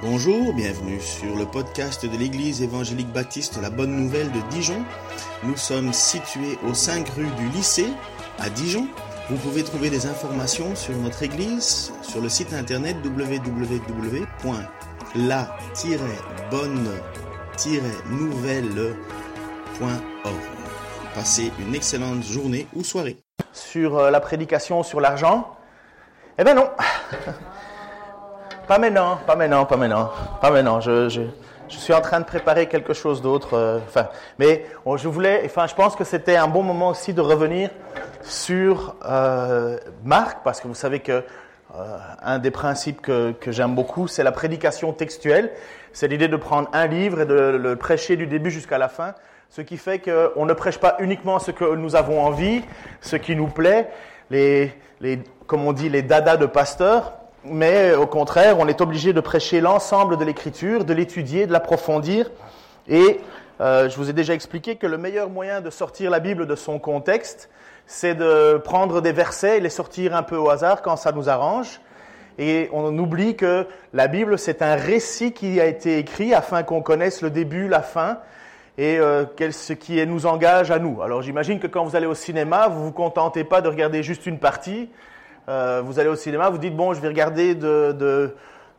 Bonjour, bienvenue sur le podcast de l'Église évangélique baptiste La Bonne Nouvelle de Dijon. Nous sommes situés aux 5 rues du lycée à Dijon. Vous pouvez trouver des informations sur notre Église sur le site internet www.la-bonne-nouvelle.org. Passez une excellente journée ou soirée. Sur la prédication sur l'argent? Eh ben non. Pas maintenant. Je suis en train de préparer quelque chose d'autre. Je pense que c'était un bon moment aussi de revenir sur Marc, parce que vous savez que un des principes que j'aime beaucoup, c'est la prédication textuelle. C'est l'idée de prendre un livre et de le prêcher du début jusqu'à la fin. Ce qui fait qu'on ne prêche pas uniquement ce que nous avons envie, ce qui nous plaît, comme on dit, les dadas de pasteurs, mais au contraire, on est obligé de prêcher l'ensemble de l'Écriture, de l'étudier, de l'approfondir. Et je vous ai déjà expliqué que le meilleur moyen de sortir la Bible de son contexte, c'est de prendre des versets et les sortir un peu au hasard quand ça nous arrange. Et on oublie que la Bible, c'est un récit qui a été écrit afin qu'on connaisse le début, la fin, et ce qui nous engage à nous. Alors j'imagine que quand vous allez au cinéma, vous ne vous contentez pas de regarder juste une partie. Vous allez au cinéma, vous dites, bon, je vais regarder de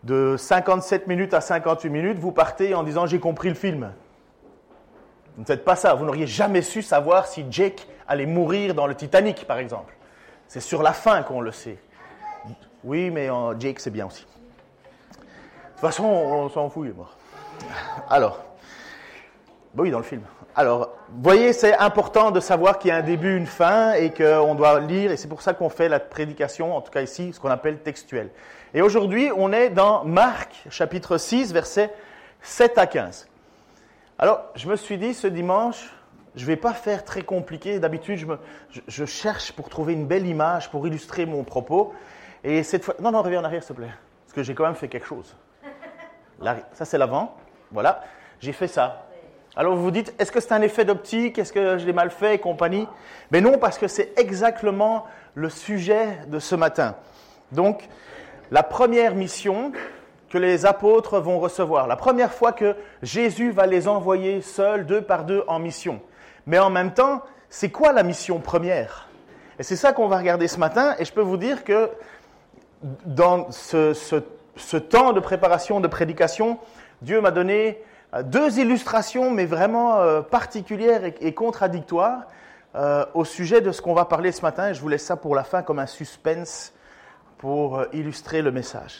57 minutes à 58 minutes, vous partez en disant, j'ai compris le film. Vous ne faites pas ça, vous n'auriez jamais su savoir si Jake allait mourir dans le Titanic, par exemple. C'est sur la fin qu'on le sait. Oui, mais Jake, c'est bien aussi. De toute façon, on s'en fout, il est mort. Alors, oui, dans le film. Alors, vous voyez, c'est important de savoir qu'il y a un début, une fin, et qu'on doit lire, et c'est pour ça qu'on fait la prédication, en tout cas ici, ce qu'on appelle textuelle. Et aujourd'hui, on est dans Marc, chapitre 6, versets 7 à 15. Alors, je me suis dit, ce dimanche, je ne vais pas faire très compliqué. D'habitude, je cherche pour trouver une belle image, pour illustrer mon propos. Et cette fois... Non, reviens en arrière, s'il te plaît. Parce que j'ai quand même fait quelque chose. Là, ça, c'est l'avant. Voilà. J'ai fait ça. Alors, vous vous dites, est-ce que c'est un effet d'optique? Est-ce que je l'ai mal fait et compagnie? Mais non, parce que c'est exactement le sujet de ce matin. Donc, la première mission que les apôtres vont recevoir. La première fois que Jésus va les envoyer seuls, 2 par 2, en mission. Mais en même temps, c'est quoi la mission première? Et c'est ça qu'on va regarder ce matin. Et je peux vous dire que dans ce temps de préparation, de prédication, Dieu m'a donné 2 illustrations, mais vraiment particulières et contradictoires au sujet de ce qu'on va parler ce matin. Et je vous laisse ça pour la fin comme un suspense pour illustrer le message.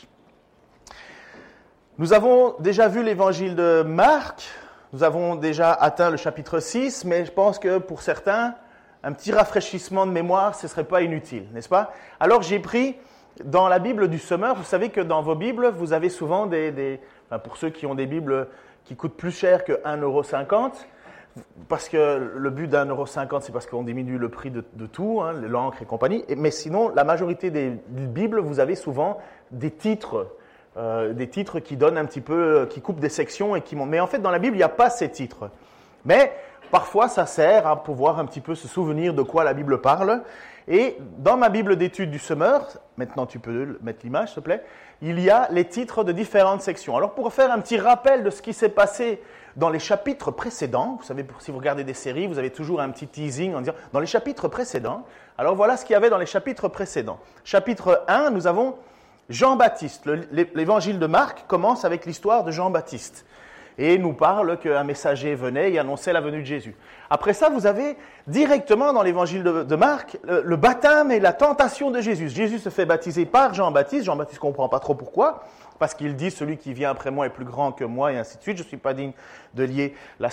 Nous avons déjà vu l'évangile de Marc, nous avons déjà atteint le chapitre 6, mais je pense que pour certains, un petit rafraîchissement de mémoire, ce ne serait pas inutile, n'est-ce pas? Alors j'ai pris dans la Bible du Semeur, vous savez que dans vos Bibles, vous avez souvent pour ceux qui ont des Bibles qui coûtent plus cher que 1,50 €, parce que le but d'1,50 €, c'est parce qu'on diminue le prix de tout, hein, l'encre et compagnie, mais sinon, la majorité des Bibles, vous avez souvent des titres qui donnent un petit peu, qui coupent des sections et qui montent. Mais en fait, dans la Bible, il n'y a pas ces titres. Mais parfois, ça sert à pouvoir un petit peu se souvenir de quoi la Bible parle. Et dans ma Bible d'études du Semeur, maintenant tu peux mettre l'image s'il te plaît, il y a les titres de différentes sections. Alors pour faire un petit rappel de ce qui s'est passé dans les chapitres précédents, vous savez, si vous regardez des séries, vous avez toujours un petit teasing en disant dans les chapitres précédents. Alors voilà ce qu'il y avait dans les chapitres précédents. Chapitre 1, nous avons Jean-Baptiste. L'évangile de Marc commence avec l'histoire de Jean-Baptiste et nous parle qu'un messager venait et annonçait la venue de Jésus. Après ça, vous avez directement dans l'évangile de Marc le baptême et la tentation de Jésus. Jésus se fait baptiser par Jean-Baptiste. Jean-Baptiste ne comprend pas trop pourquoi, parce qu'il dit « Celui qui vient après moi est plus grand que moi » et ainsi de suite. « Je ne suis pas digne de lier la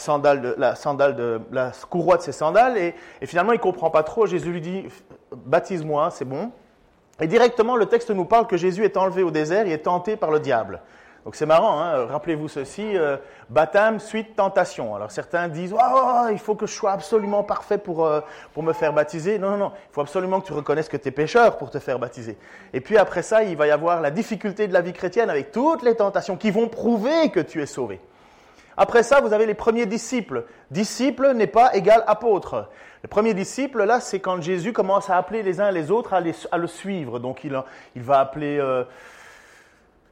courroie de ses sandales. » Et finalement, il ne comprend pas trop. Jésus lui dit « Baptise-moi, c'est bon. » Et directement, le texte nous parle que Jésus est enlevé au désert et est tenté par le diable. Donc c'est marrant, hein? Rappelez-vous ceci, baptême, suite, tentation. Alors certains disent, il faut que je sois absolument parfait pour me faire baptiser. Non, il faut absolument que tu reconnaisses que tu es pécheur pour te faire baptiser. Et puis après ça, il va y avoir la difficulté de la vie chrétienne avec toutes les tentations qui vont prouver que tu es sauvé. Après ça, vous avez les premiers disciples. Disciple n'est pas égal apôtre. Le premier disciple, là, c'est quand Jésus commence à appeler les uns les autres à le suivre. Donc il va appeler...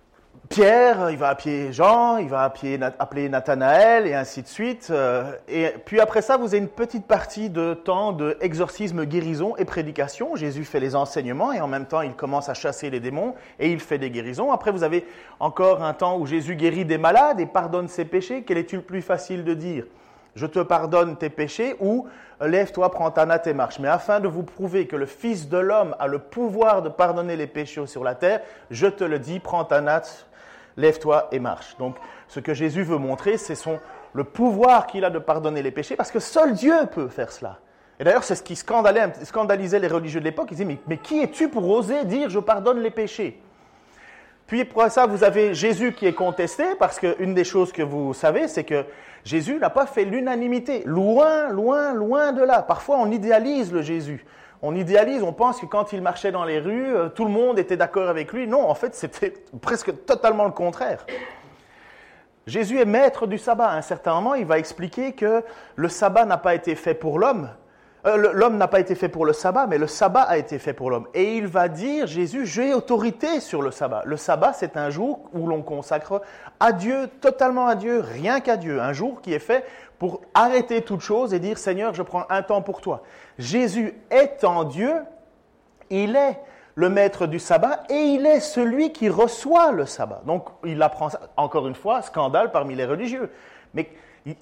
Pierre, il va appeler Jean, il va appeler Nathanaël et ainsi de suite. Et puis après ça, vous avez une petite partie de temps d'exorcisme, guérison et prédication. Jésus fait les enseignements et en même temps, il commence à chasser les démons et il fait des guérisons. Après, vous avez encore un temps où Jésus guérit des malades et pardonne ses péchés. Quel est-il plus facile de dire ? Je te pardonne tes péchés ou lève-toi, prends ta natte et marche. Mais afin de vous prouver que le Fils de l'homme a le pouvoir de pardonner les péchés sur la terre, je te le dis, prends ta natte, lève-toi et marche. Donc, ce que Jésus veut montrer, c'est le pouvoir qu'il a de pardonner les péchés, parce que seul Dieu peut faire cela. Et d'ailleurs, c'est ce qui scandalisait les religieux de l'époque. Ils disaient, mais qui es-tu pour oser dire « je pardonne les péchés » ? Puis pour ça, vous avez Jésus qui est contesté, parce qu'une des choses que vous savez, c'est que Jésus n'a pas fait l'unanimité. Loin, loin, loin de là. Parfois, on idéalise le Jésus. On idéalise, on pense que quand il marchait dans les rues, tout le monde était d'accord avec lui. Non, en fait, c'était presque totalement le contraire. Jésus est maître du sabbat. À un certain moment, il va expliquer que le sabbat n'a pas été fait pour l'homme. L'homme n'a pas été fait pour le sabbat, mais le sabbat a été fait pour l'homme. Et il va dire, Jésus, j'ai autorité sur le sabbat. Le sabbat, c'est un jour où l'on consacre à Dieu, totalement à Dieu, rien qu'à Dieu. Un jour qui est fait pour arrêter toute chose et dire, Seigneur, je prends un temps pour toi. Jésus étant Dieu, il est le maître du sabbat et il est celui qui reçoit le sabbat. Donc, il apprend ça. Encore une fois, scandale parmi les religieux. Mais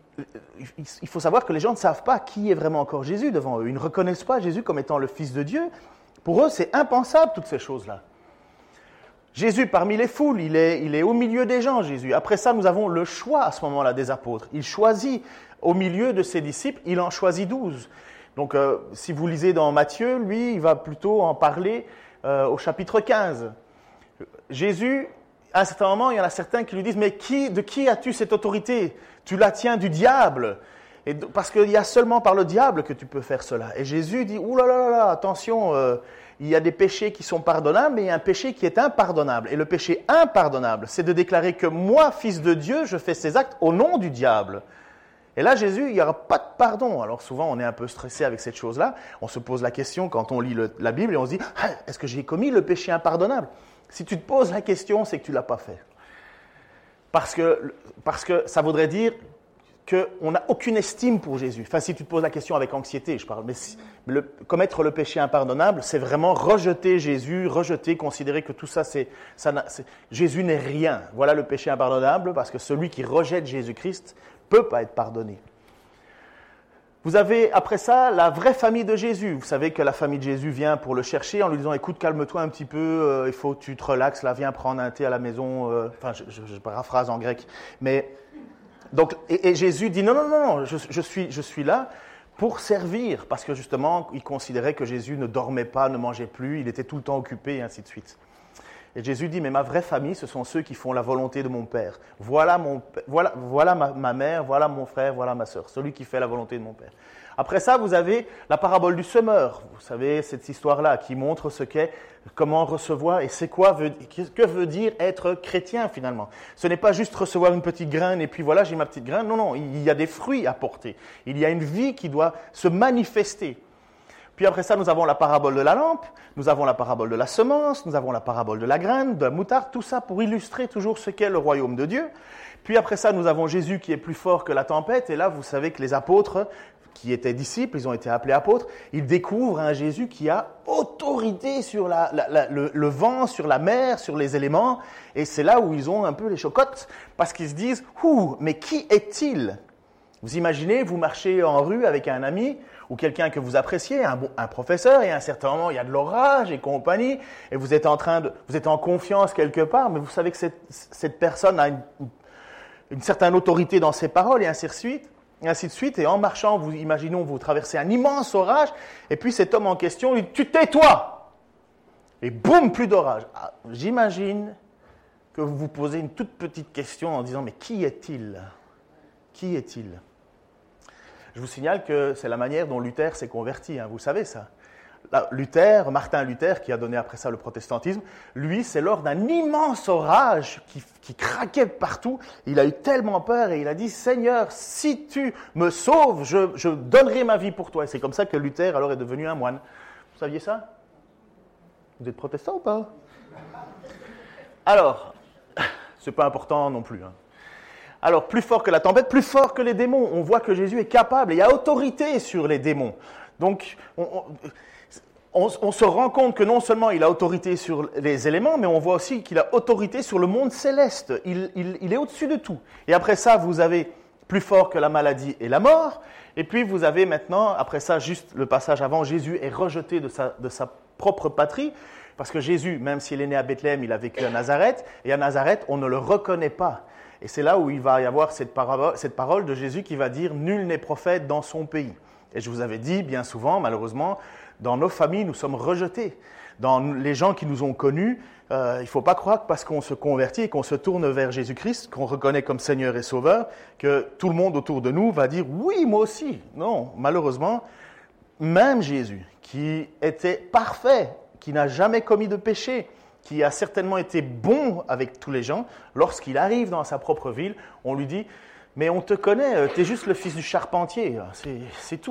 il faut savoir que les gens ne savent pas qui est vraiment encore Jésus devant eux. Ils ne reconnaissent pas Jésus comme étant le Fils de Dieu. Pour eux, c'est impensable, toutes ces choses-là. Jésus, parmi les foules, il est au milieu des gens, Jésus. Après ça, nous avons le choix à ce moment-là des apôtres. Il choisit au milieu de ses disciples, il en choisit 12. Donc, si vous lisez dans Matthieu, lui, il va plutôt en parler au chapitre 15. Jésus, à un certain moment, il y en a certains qui lui disent « Mais de qui as-tu cette autorité ? Tu la tiens du diable. » Parce qu'il y a seulement par le diable que tu peux faire cela. Et Jésus dit « Ouh là là là, attention, il y a des péchés qui sont pardonnables, mais il y a un péché qui est impardonnable. Et le péché impardonnable, c'est de déclarer que moi, Fils de Dieu, je fais ces actes au nom du diable. » Et là, Jésus, il n'y aura pas de pardon. Alors souvent, on est un peu stressé avec cette chose-là. On se pose la question quand on lit la Bible et on se dit « Ah, est-ce que j'ai commis le péché impardonnable ?» Si tu te poses la question, c'est que tu ne l'as pas fait. Parce que ça voudrait dire qu'on n'a aucune estime pour Jésus. Enfin, si tu te poses la question avec anxiété, je parle. Mais commettre le péché impardonnable, c'est vraiment rejeter Jésus, considérer que tout ça, Jésus n'est rien. Voilà le péché impardonnable, parce que celui qui rejette Jésus-Christ ne peut pas être pardonné. Vous avez, après ça, la vraie famille de Jésus. Vous savez que la famille de Jésus vient pour le chercher en lui disant « Écoute, calme-toi un petit peu, il faut que tu te relaxes, là, viens prendre un thé à la maison. » Enfin, je paraphrase en grec. Mais, donc, et Jésus dit « Non, je suis là pour servir. » Parce que justement, il considérait que Jésus ne dormait pas, ne mangeait plus, il était tout le temps occupé, et ainsi de suite. Et Jésus dit, mais ma vraie famille, ce sont ceux qui font la volonté de mon Père. Voilà ma mère, voilà mon frère, voilà ma sœur, celui qui fait la volonté de mon Père. Après ça, vous avez la parabole du semeur. Vous savez, cette histoire-là qui montre ce qu'est, comment recevoir et que veut dire être chrétien finalement. Ce n'est pas juste recevoir une petite graine et puis voilà, j'ai ma petite graine. Non, il y a des fruits à porter. Il y a une vie qui doit se manifester. Puis après ça, nous avons la parabole de la lampe, nous avons la parabole de la semence, nous avons la parabole de la graine, de la moutarde, tout ça pour illustrer toujours ce qu'est le royaume de Dieu. Puis après ça, nous avons Jésus qui est plus fort que la tempête. Et là, vous savez que les apôtres, qui étaient disciples, ils ont été appelés apôtres, ils découvrent un Jésus qui a autorité sur le vent, sur la mer, sur les éléments. Et c'est là où ils ont un peu les chocottes, parce qu'ils se disent « Ouh, mais qui est-il » Vous imaginez, vous marchez en rue avec un ami ou quelqu'un que vous appréciez, un professeur, et à un certain moment, il y a de l'orage et compagnie, et vous êtes en confiance quelque part, mais vous savez que cette personne a une certaine autorité dans ses paroles, et ainsi de suite. Et en marchant, imaginons, vous traversez un immense orage, et puis cet homme en question, il dit « Tu tais-toi !» Et boum, plus d'orage. Ah, j'imagine que vous vous posez une toute petite question en disant « Mais qui est-il ? Qui est-il » Je vous signale que c'est la manière dont Luther s'est converti, vous savez ça. Martin Luther, qui a donné après ça le protestantisme, lui, c'est lors d'un immense orage qui craquait partout. Il a eu tellement peur et il a dit « Seigneur, si tu me sauves, je donnerai ma vie pour toi. » Et c'est comme ça que Luther alors est devenu un moine. Vous saviez ça? Vous êtes protestant ou pas? Alors, c'est pas important non plus. Alors, plus fort que la tempête, plus fort que les démons. On voit que Jésus est capable et il a autorité sur les démons. Donc, on se rend compte que non seulement il a autorité sur les éléments, mais on voit aussi qu'il a autorité sur le monde céleste. Il est au-dessus de tout. Et après ça, vous avez plus fort que la maladie et la mort. Et puis, vous avez maintenant, après ça, juste le passage avant, Jésus est rejeté de sa propre patrie. Parce que Jésus, même s'il est né à Bethléem, il a vécu à Nazareth. Et à Nazareth, on ne le reconnaît pas. Et c'est là où il va y avoir cette parole de Jésus qui va dire « Nul n'est prophète dans son pays ». Et je vous avais dit, bien souvent, malheureusement, dans nos familles, nous sommes rejetés. Dans les gens qui nous ont connus, il ne faut pas croire que parce qu'on se convertit et qu'on se tourne vers Jésus-Christ, qu'on reconnaît comme Seigneur et Sauveur, que tout le monde autour de nous va dire « Oui, moi aussi ». Non, malheureusement, même Jésus, qui était parfait, qui n'a jamais commis de péché, qui a certainement été bon avec tous les gens, lorsqu'il arrive dans sa propre ville, on lui dit « Mais on te connaît, tu es juste le fils du charpentier, c'est tout ».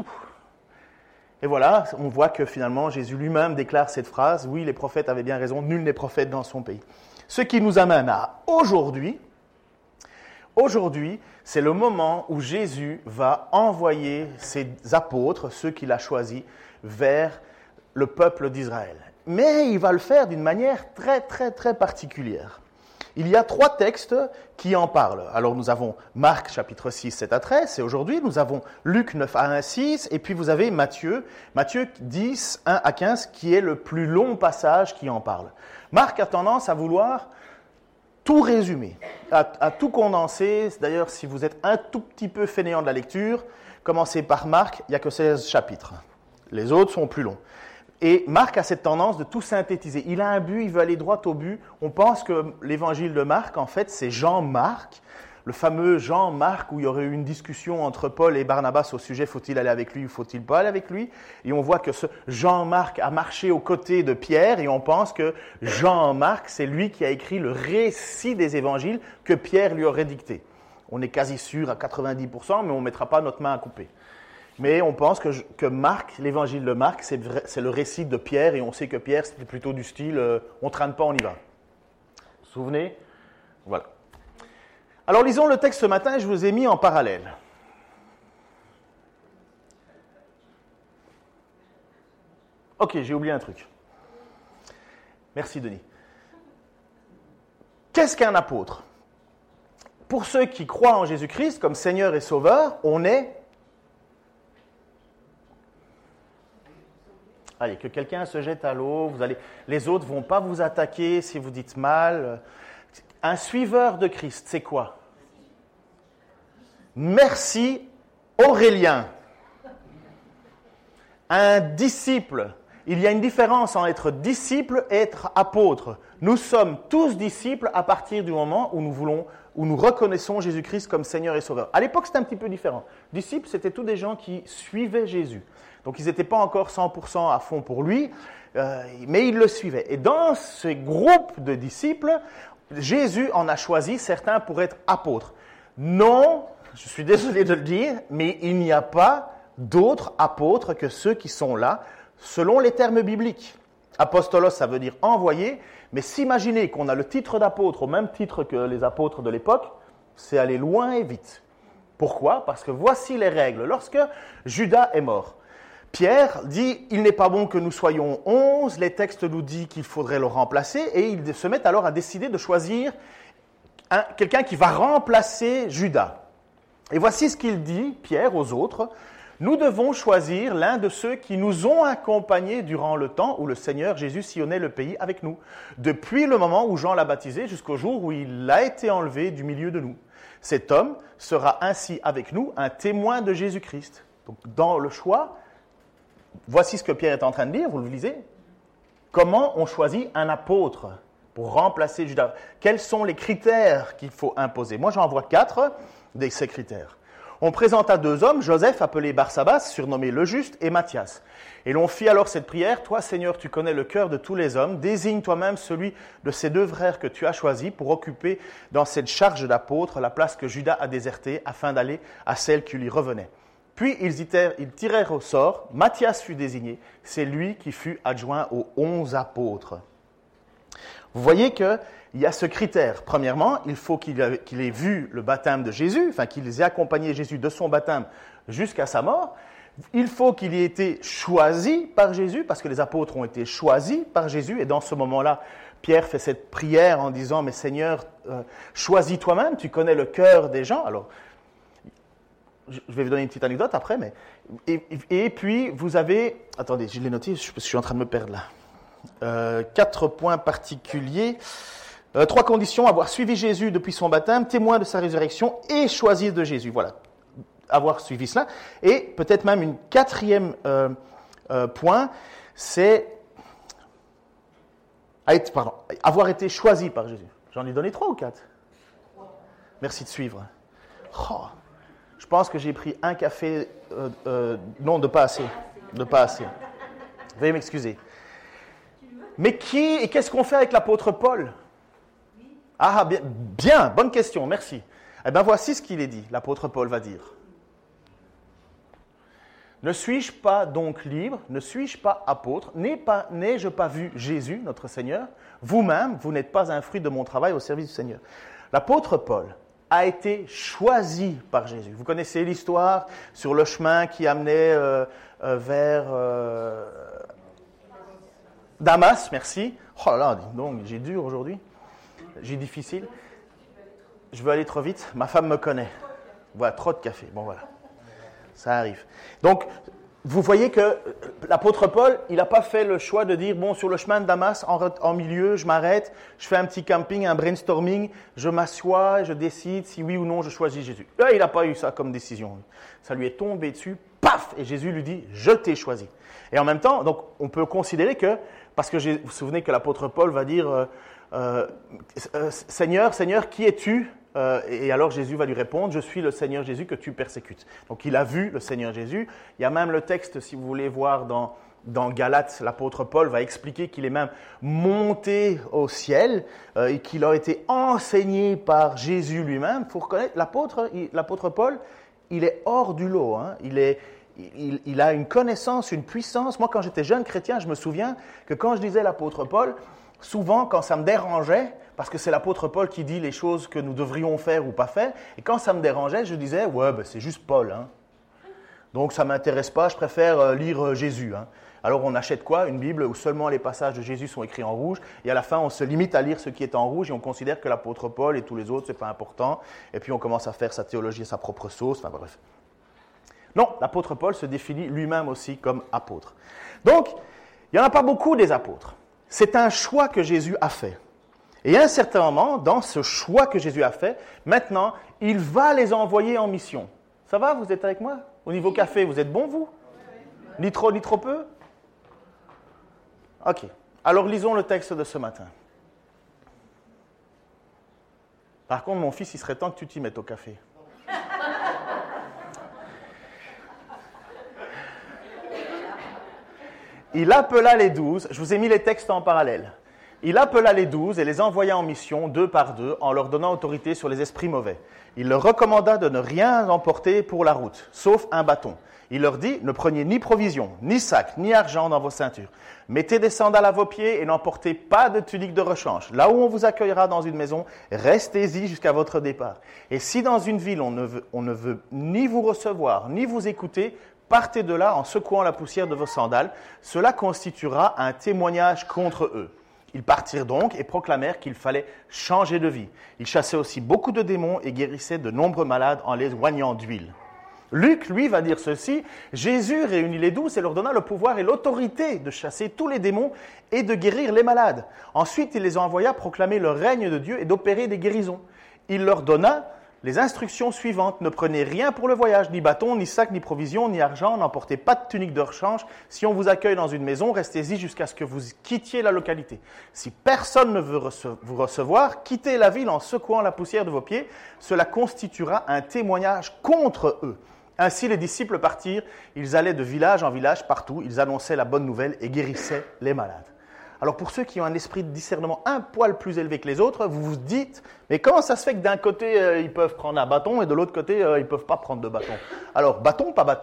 Et voilà, on voit que finalement Jésus lui-même déclare cette phrase « Oui, les prophètes avaient bien raison, nul n'est prophète dans son pays ». Ce qui nous amène à aujourd'hui. Aujourd'hui, c'est le moment où Jésus va envoyer ses apôtres, ceux qu'il a choisis, vers le peuple d'Israël. Mais il va le faire d'une manière très, très, très particulière. Il y a 3 textes qui en parlent. Alors nous avons Marc chapitre 6, 7 à 13, c'est aujourd'hui. Nous avons Luc 9 à 1 à 6, et puis vous avez Matthieu 10, 1 à 15, qui est le plus long passage qui en parle. Marc a tendance à vouloir tout résumer, à tout condenser. D'ailleurs, si vous êtes un tout petit peu fainéant de la lecture, commencez par Marc, il n'y a que 16 chapitres. Les autres sont plus longs. Et Marc a cette tendance de tout synthétiser. Il a un but, il veut aller droit au but. On pense que l'évangile de Marc, en fait, c'est Jean-Marc, le fameux Jean-Marc où il y aurait eu une discussion entre Paul et Barnabas au sujet « faut-il aller avec lui ou faut-il pas aller avec lui ?» Et on voit que ce Jean-Marc a marché aux côtés de Pierre et on pense que Jean-Marc, c'est lui qui a écrit le récit des évangiles que Pierre lui aurait dicté. On est quasi sûr à 90%, mais on ne mettra pas notre main à couper. Mais on pense que Marc, l'évangile de Marc, c'est le récit de Pierre, et on sait que Pierre, c'était plutôt du style on ne traîne pas, on y va. Vous vous souvenez ? Voilà. Alors lisons le texte ce matin, je vous ai mis en parallèle. Ok, j'ai oublié un truc. Merci Denis. Qu'est-ce qu'un apôtre ? Pour ceux qui croient en Jésus-Christ comme Seigneur et Sauveur, on est... Allez, que quelqu'un se jette à l'eau, les autres ne vont pas vous attaquer si vous dites mal. Un suiveur de Christ, c'est quoi ? Merci Aurélien. Un disciple. Il y a une différence entre être disciple et être apôtre. Nous sommes tous disciples à partir du moment où nous reconnaissons Jésus-Christ comme Seigneur et Sauveur. À l'époque, c'était un petit peu différent. Disciples, c'était tous des gens qui suivaient Jésus. Donc, ils n'étaient pas encore 100% à fond pour lui, mais ils le suivaient. Et dans ce groupe de disciples, Jésus en a choisi certains pour être apôtres. Non, je suis désolé de le dire, mais il n'y a pas d'autres apôtres que ceux qui sont là, selon les termes bibliques. Apostolos, ça veut dire envoyé, mais s'imaginer qu'on a le titre d'apôtre au même titre que les apôtres de l'époque, c'est aller loin et vite. Pourquoi ? Parce que voici les règles. Lorsque Judas est mort, Pierre dit « Il n'est pas bon que nous soyons 11 », les textes nous disent qu'il faudrait le remplacer, et ils se mettent alors à décider de choisir quelqu'un qui va remplacer Judas. Et voici ce qu'il dit, Pierre, aux autres. « Nous devons choisir l'un de ceux qui nous ont accompagnés durant le temps où le Seigneur Jésus sillonnait le pays avec nous, depuis le moment où Jean l'a baptisé jusqu'au jour où il a été enlevé du milieu de nous. Cet homme sera ainsi avec nous un témoin de Jésus-Christ. » Donc, dans le choix, voici ce que Pierre est en train de dire, vous le lisez. Comment on choisit un apôtre pour remplacer Judas ? Quels sont les critères qu'il faut imposer ? Moi, j'en vois 4 de ces critères. On présenta 2 hommes, Joseph, appelé Barsabas, surnommé le Juste, et Matthias. Et l'on fit alors cette prière, « Toi, Seigneur, tu connais le cœur de tous les hommes, désigne toi-même celui de ces 2 frères que tu as choisis pour occuper dans cette charge d'apôtre la place que Judas a désertée, afin d'aller à celle qui lui revenait. » Puis ils tirèrent au sort, Matthias fut désigné, c'est lui qui fut adjoint aux 11 apôtres. Vous voyez qu'il y a ce critère. Premièrement, il faut qu'il ait vu le baptême de Jésus, enfin qu'il ait accompagné Jésus de son baptême jusqu'à sa mort. Il faut qu'il ait été choisi par Jésus, parce que les apôtres ont été choisis par Jésus. Et dans ce moment-là, Pierre fait cette prière en disant « Mais Seigneur, choisis toi-même, tu connais le cœur des gens. » Alors, je vais vous donner une petite anecdote après, mais... Et puis, vous avez... Attendez, je l'ai noté, je suis en train de me perdre là. 4 points particuliers. 3 conditions, avoir suivi Jésus depuis son baptême, témoin de sa résurrection et choisi de Jésus. Voilà, avoir suivi cela. Et peut-être même une 4e point, c'est avoir été choisi par Jésus. J'en ai donné 3 ou 4 ? Merci de suivre. Oh, je pense que j'ai pris un café... non, de pas assez. De pas assez. Veuillez m'excuser. Mais qu'est-ce qu'on fait avec l'apôtre Paul ? Ah, bien, bonne question, merci. Eh bien, voici ce qu'il est dit, l'apôtre Paul va dire. Ne suis-je pas donc libre, ne suis-je pas apôtre, n'ai-je pas vu Jésus, notre Seigneur ? Vous-même, vous n'êtes pas un fruit de mon travail au service du Seigneur. L'apôtre Paul a été choisi par Jésus. Vous connaissez l'histoire sur le chemin qui amenait vers Damas, merci. Oh là là, donc j'ai dur aujourd'hui. J'ai difficile. Je veux aller trop vite. Ma femme me connaît. Voilà, trop de café. Bon, voilà. Ça arrive. Donc, vous voyez que l'apôtre Paul, il n'a pas fait le choix de dire, bon, sur le chemin de Damas, en milieu, je m'arrête, je fais un petit camping, un brainstorming, je m'assois, je décide si oui ou non je choisis Jésus. Là, il n'a pas eu ça comme décision. Ça lui est tombé dessus, paf, et Jésus lui dit, je t'ai choisi. Et en même temps, donc, on peut considérer que, parce que vous vous souvenez que l'apôtre Paul va dire, Seigneur, Seigneur, qui es-tu ? Et alors Jésus va lui répondre, je suis le Seigneur Jésus que tu persécutes. Donc il a vu le Seigneur Jésus. Il y a même le texte, si vous voulez voir dans Galates, l'apôtre Paul va expliquer qu'il est même monté au ciel et qu'il a été enseigné par Jésus lui-même. Il faut reconnaître, l'apôtre Paul, il est hors du lot. Hein. Il a une connaissance, une puissance. Moi, quand j'étais jeune chrétien, je me souviens que quand je disais l'apôtre Paul, souvent, quand ça me dérangeait, parce que c'est l'apôtre Paul qui dit les choses que nous devrions faire ou pas faire, et quand ça me dérangeait, je disais, ouais, ben, c'est juste Paul. Hein. Donc ça ne m'intéresse pas, je préfère lire Jésus. Hein. Alors on achète quoi ? Une Bible où seulement les passages de Jésus sont écrits en rouge, et à la fin, on se limite à lire ce qui est en rouge, et on considère que l'apôtre Paul et tous les autres, ce n'est pas important, et puis on commence à faire sa théologie à sa propre sauce, enfin bref. Non, l'apôtre Paul se définit lui-même aussi comme apôtre. Donc, il n'y en a pas beaucoup des apôtres. C'est un choix que Jésus a fait. Et à un certain moment, dans ce choix que Jésus a fait, maintenant, il va les envoyer en mission. Ça va, vous êtes avec moi ? Au niveau café, vous êtes bon, vous ? Ni trop peu ? Ok. Alors, lisons le texte de ce matin. Par contre, mon fils, il serait temps que tu t'y mettes au café. Il appela les 12, je vous ai mis les textes en parallèle. Il appela les 12 et les envoya en mission, 2 par 2, en leur donnant autorité sur les esprits mauvais. Il leur recommanda de ne rien emporter pour la route, sauf un bâton. Il leur dit, ne prenez ni provision, ni sac, ni argent dans vos ceintures. Mettez des sandales à vos pieds et n'emportez pas de tunique de rechange. Là où on vous accueillera dans une maison, restez-y jusqu'à votre départ. Et si dans une ville on ne veut ni vous recevoir, ni vous écouter, partez de là en secouant la poussière de vos sandales. Cela constituera un témoignage contre eux. Ils partirent donc et proclamèrent qu'il fallait changer de vie. Ils chassaient aussi beaucoup de démons et guérissaient de nombreux malades en les oignant d'huile. Luc, lui, va dire ceci, Jésus réunit les 12 et leur donna le pouvoir et l'autorité de chasser tous les démons et de guérir les malades. Ensuite, il les envoya proclamer le règne de Dieu et d'opérer des guérisons. Il leur donna les instructions suivantes, ne prenez rien pour le voyage, ni bâton, ni sac, ni provision, ni argent, n'emportez pas de tunique de rechange. Si on vous accueille dans une maison, restez-y jusqu'à ce que vous quittiez la localité. Si personne ne veut vous recevoir, quittez la ville en secouant la poussière de vos pieds. Cela constituera un témoignage contre eux. Ainsi, les disciples partirent, ils allaient de village en village partout, ils annonçaient la bonne nouvelle et guérissaient les malades. Alors pour ceux qui ont un esprit de discernement un poil plus élevé que les autres, vous vous dites, mais comment ça se fait que d'un côté ils peuvent prendre un bâton et de l'autre côté ils ne peuvent pas prendre de bâton ? Alors bâton, pas bâton ?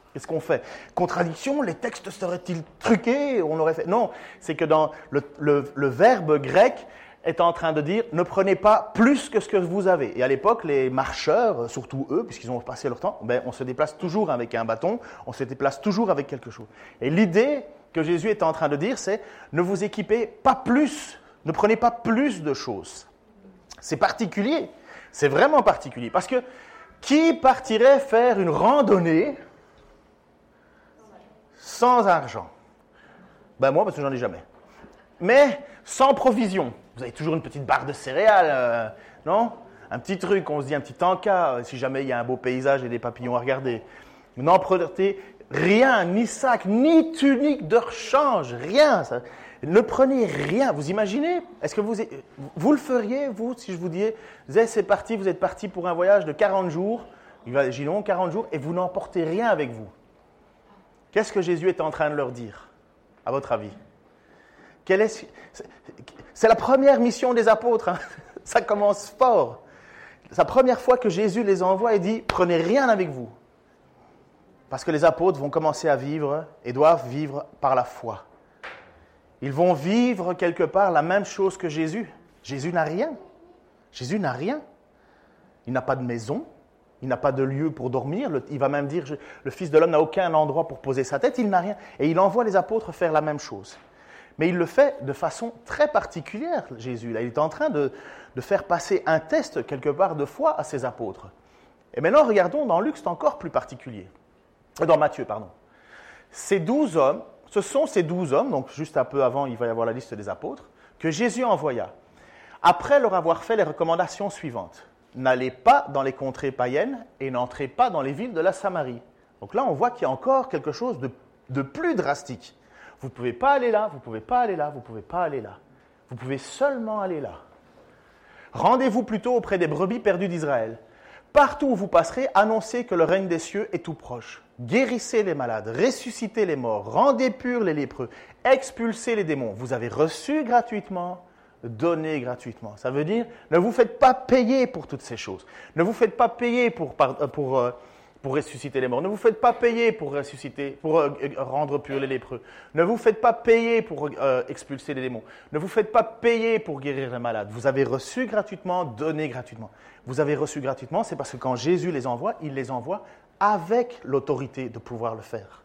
Qu'est-ce qu'on fait? Contradiction, les textes seraient-ils truqués? On aurait fait... Non, c'est que dans le verbe grec est en train de dire « ne prenez pas plus que ce que vous avez ». Et à l'époque, les marcheurs, surtout eux, puisqu'ils ont passé leur temps, on se déplace toujours avec un bâton, on se déplace toujours avec quelque chose. Et l'idée que Jésus est en train de dire, c'est « ne vous équipez pas plus, ne prenez pas plus de choses ». C'est particulier, c'est vraiment particulier, parce que qui partirait faire une randonnée sans argent? Moi, parce que j'en ai jamais. Mais sans provision. Vous avez toujours une petite barre de céréales, non? Un petit truc, on se dit un petit encas, si jamais il y a un beau paysage et des papillons à regarder. Vous n'empruntez rien, ni sac, ni tunique de rechange, rien. Ça. Ne prenez rien. Vous imaginez? Est-ce que vous le feriez, vous, si je vous disais, c'est parti, vous êtes parti pour un voyage de 40 jours, imaginons 40 jours, et vous n'emportez rien avec vous? Qu'est-ce que Jésus est en train de leur dire, à votre avis? C'est la première mission des apôtres, hein. Ça commence fort. C'est la première fois que Jésus les envoie et dit « Prenez rien avec vous ». Parce que les apôtres vont commencer à vivre et doivent vivre par la foi. Ils vont vivre quelque part la même chose que Jésus. Jésus n'a rien. Jésus n'a rien. Il n'a pas de maison. Il n'a pas de lieu pour dormir. Il va même dire « Le Fils de l'homme n'a aucun endroit pour poser sa tête ». Il n'a rien. Et il envoie les apôtres faire la même chose. Mais il le fait de façon très particulière, Jésus. Là, il est en train de faire passer un test, quelque part, de foi à ses apôtres. Et maintenant, regardons dans Luc, c'est encore plus particulier. Dans Matthieu, pardon. Ce sont ces 12 hommes, donc juste un peu avant, il va y avoir la liste des apôtres, que Jésus envoya, après leur avoir fait les recommandations suivantes. N'allez pas dans les contrées païennes et n'entrez pas dans les villes de la Samarie. Donc là, on voit qu'il y a encore quelque chose de plus drastique. Vous ne pouvez pas aller là, vous ne pouvez pas aller là, vous ne pouvez pas aller là. Vous pouvez seulement aller là. Rendez-vous plutôt auprès des brebis perdues d'Israël. Partout où vous passerez, annoncez que le règne des cieux est tout proche. Guérissez les malades, ressuscitez les morts, rendez purs les lépreux, expulsez les démons. Vous avez reçu gratuitement, donnez gratuitement. Ça veut dire, ne vous faites pas payer pour toutes ces choses. Ne vous faites pas payer pour ressusciter les morts. Ne vous faites pas payer pour rendre purs les lépreux. Ne vous faites pas payer pour expulser les démons. Ne vous faites pas payer pour guérir les malades. Vous avez reçu gratuitement, donnez gratuitement. Vous avez reçu gratuitement, c'est parce que quand Jésus les envoie, il les envoie avec l'autorité de pouvoir le faire.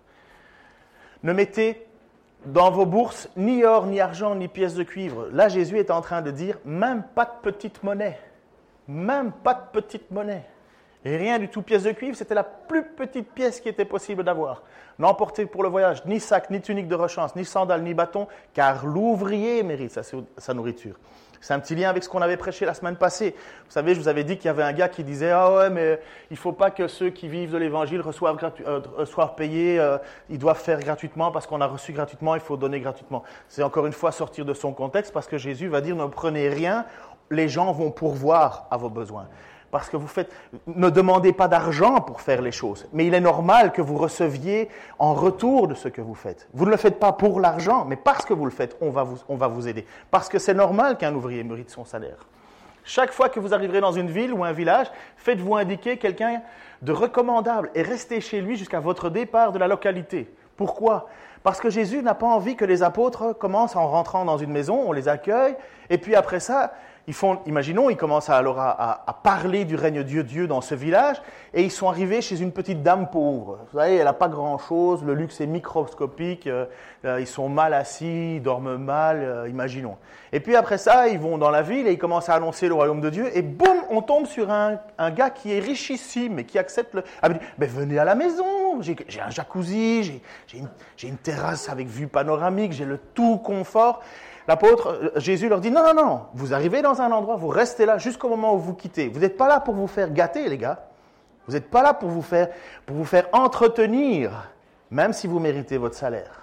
Ne mettez dans vos bourses ni or, ni argent, ni pièces de cuivre. Là, Jésus est en train de dire, même pas de petite monnaie. Même pas de petite monnaie. Et rien du tout, pièce de cuivre, c'était la plus petite pièce qui était possible d'avoir. N'emportez pour le voyage ni sac, ni tunique de rechange, ni sandales, ni bâton, car l'ouvrier mérite sa nourriture. C'est un petit lien avec ce qu'on avait prêché la semaine passée. Vous savez, je vous avais dit qu'il y avait un gars qui disait « Ah ouais, mais il ne faut pas que ceux qui vivent de l'Évangile soient payés, ils doivent faire gratuitement parce qu'on a reçu gratuitement, il faut donner gratuitement. » C'est encore une fois sortir de son contexte parce que Jésus va dire « Ne prenez rien, les gens vont pourvoir à vos besoins. » Parce que ne demandez pas d'argent pour faire les choses, mais il est normal que vous receviez en retour de ce que vous faites. Vous ne le faites pas pour l'argent, mais parce que vous le faites, on va vous aider. Parce que c'est normal qu'un ouvrier mérite son salaire. Chaque fois que vous arriverez dans une ville ou un village, faites-vous indiquer quelqu'un de recommandable et restez chez lui jusqu'à votre départ de la localité. Pourquoi ? Parce que Jésus n'a pas envie que les apôtres commencent en rentrant dans une maison, on les accueille, et puis après ça, imaginons, ils commencent alors à parler du règne de Dieu dans ce village, et ils sont arrivés chez une petite dame pauvre. Vous savez, elle n'a pas grand-chose, le luxe est microscopique, ils sont mal assis, ils dorment mal, imaginons. Et puis après ça, ils vont dans la ville et ils commencent à annoncer le royaume de Dieu, et boum, on tombe sur un gars qui est richissime et qui accepte mais venez à la maison, j'ai un jacuzzi, j'ai une terrasse avec vue panoramique, j'ai le tout confort. L'apôtre, Jésus leur dit, non, vous arrivez dans un endroit, vous restez là jusqu'au moment où vous quittez. Vous n'êtes pas là pour vous faire gâter, les gars. Vous n'êtes pas là pour vous faire entretenir, même si vous méritez votre salaire.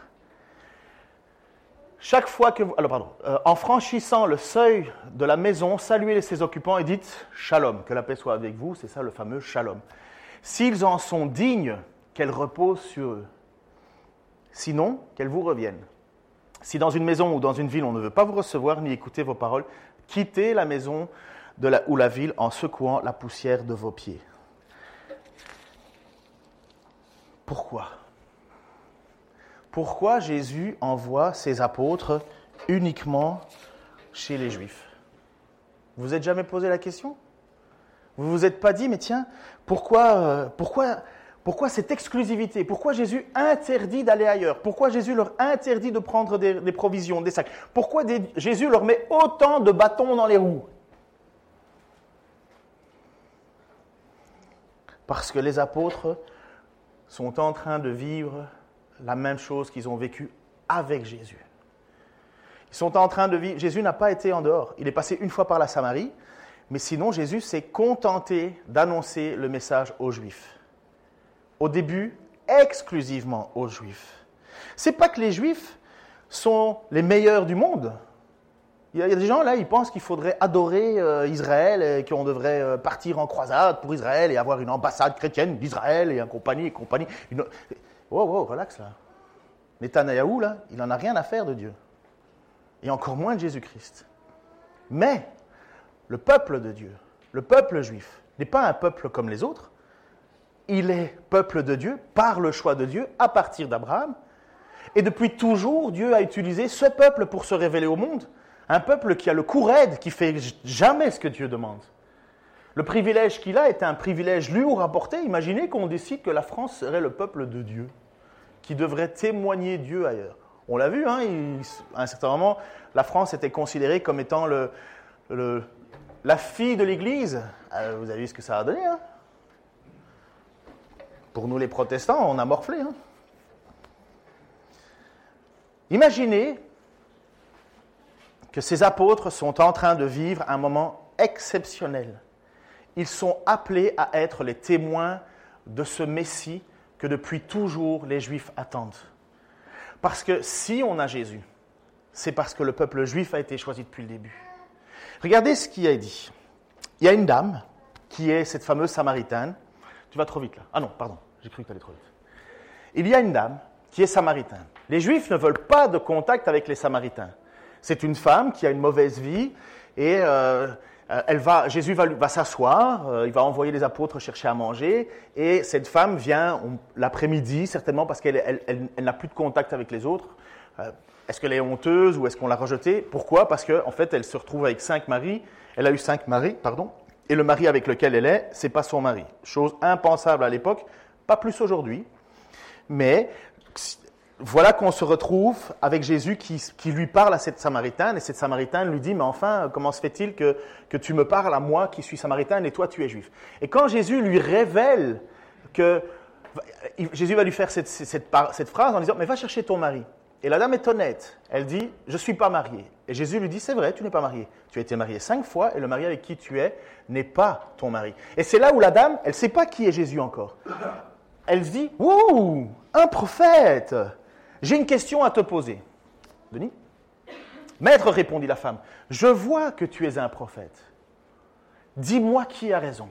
Chaque fois que en franchissant le seuil de la maison, saluez ses occupants et dites « Shalom », que la paix soit avec vous, c'est ça le fameux Shalom. S'ils en sont dignes, qu'elle repose sur eux. Sinon, qu'elle vous revienne. Si dans une maison ou dans une ville, on ne veut pas vous recevoir ni écouter vos paroles, quittez la maison ou la ville en secouant la poussière de vos pieds. pourquoi? Pourquoi Jésus envoie ses apôtres uniquement chez les Juifs? Vous vous êtes jamais posé la question? Vous vous êtes pas dit, mais tiens, pourquoi cette exclusivité? Pourquoi Jésus interdit d'aller ailleurs? Pourquoi Jésus leur interdit de prendre des provisions, des sacs? Pourquoi Jésus leur met autant de bâtons dans les roues? Parce que les apôtres sont en train de vivre la même chose qu'ils ont vécu avec Jésus. Ils sont en train de vivre. Jésus n'a pas été en dehors. Il est passé une fois par la Samarie, mais sinon Jésus s'est contenté d'annoncer le message aux Juifs. Au début, exclusivement aux Juifs. C'est pas que les Juifs sont les meilleurs du monde. Il y a des gens là, ils pensent qu'il faudrait adorer Israël et qu'on devrait partir en croisade pour Israël et avoir une ambassade chrétienne d'Israël et compagnie. Wow, relax là. Netanyahou là, il n'en a rien à faire de Dieu. Et encore moins de Jésus-Christ. Mais le peuple de Dieu, le peuple juif, n'est pas un peuple comme les autres. Il est peuple de Dieu par le choix de Dieu à partir d'Abraham. Et depuis toujours, Dieu a utilisé ce peuple pour se révéler au monde. Un peuple qui a le cou raide, qui ne fait jamais ce que Dieu demande. Le privilège qu'il a est un privilège lourd à porter. Imaginez qu'on décide que la France serait le peuple de Dieu, qui devrait témoigner Dieu ailleurs. On l'a vu, à un certain moment, la France était considérée comme étant la fille de l'Église. Vous avez vu ce que ça a donné, hein? Pour nous les protestants, on a morflé. Hein? Imaginez que ces apôtres sont en train de vivre un moment exceptionnel. Ils sont appelés à être les témoins de ce Messie que depuis toujours les Juifs attendent. Parce que si on a Jésus, c'est parce que le peuple juif a été choisi depuis le début. Regardez ce qu'il a dit. Il y a une dame qui est cette fameuse Samaritaine. Tu vas trop vite là. Ah non, pardon, j'ai cru que tu allais trop vite. Il y a une dame qui est Samaritaine. Les Juifs ne veulent pas de contact avec les Samaritains. C'est une femme qui a une mauvaise vie et Jésus va s'asseoir, il va envoyer les apôtres chercher à manger et cette femme vient l'après-midi, certainement parce qu'elle n'a plus de contact avec les autres. Est-ce qu'elle est honteuse ou est-ce qu'on l'a rejetée? Pourquoi? Parce qu'en fait, elle se retrouve avec 5 maris. Elle a eu 5 maris, et le mari avec lequel elle est, ce n'est pas son mari. Chose impensable à l'époque, pas plus aujourd'hui. Mais voilà qu'on se retrouve avec Jésus qui lui parle à cette Samaritaine, et cette Samaritaine lui dit « Mais enfin, comment se fait-il que tu me parles à moi qui suis Samaritaine et toi tu es juif ?» Et quand Jésus lui révèle que... Jésus va lui faire cette phrase en disant « Mais va chercher ton mari. » Et la dame est honnête. Elle dit « Je ne suis pas mariée. » Et Jésus lui dit « C'est vrai, tu n'es pas mariée. Tu as été mariée 5 fois et le mari avec qui tu es n'est pas ton mari. » Et c'est là où la dame, elle ne sait pas qui est Jésus encore. Elle se dit « Ouh, un prophète !» J'ai une question à te poser. Denis? Maître, répondit la femme, je vois que tu es un prophète. Dis-moi qui a raison.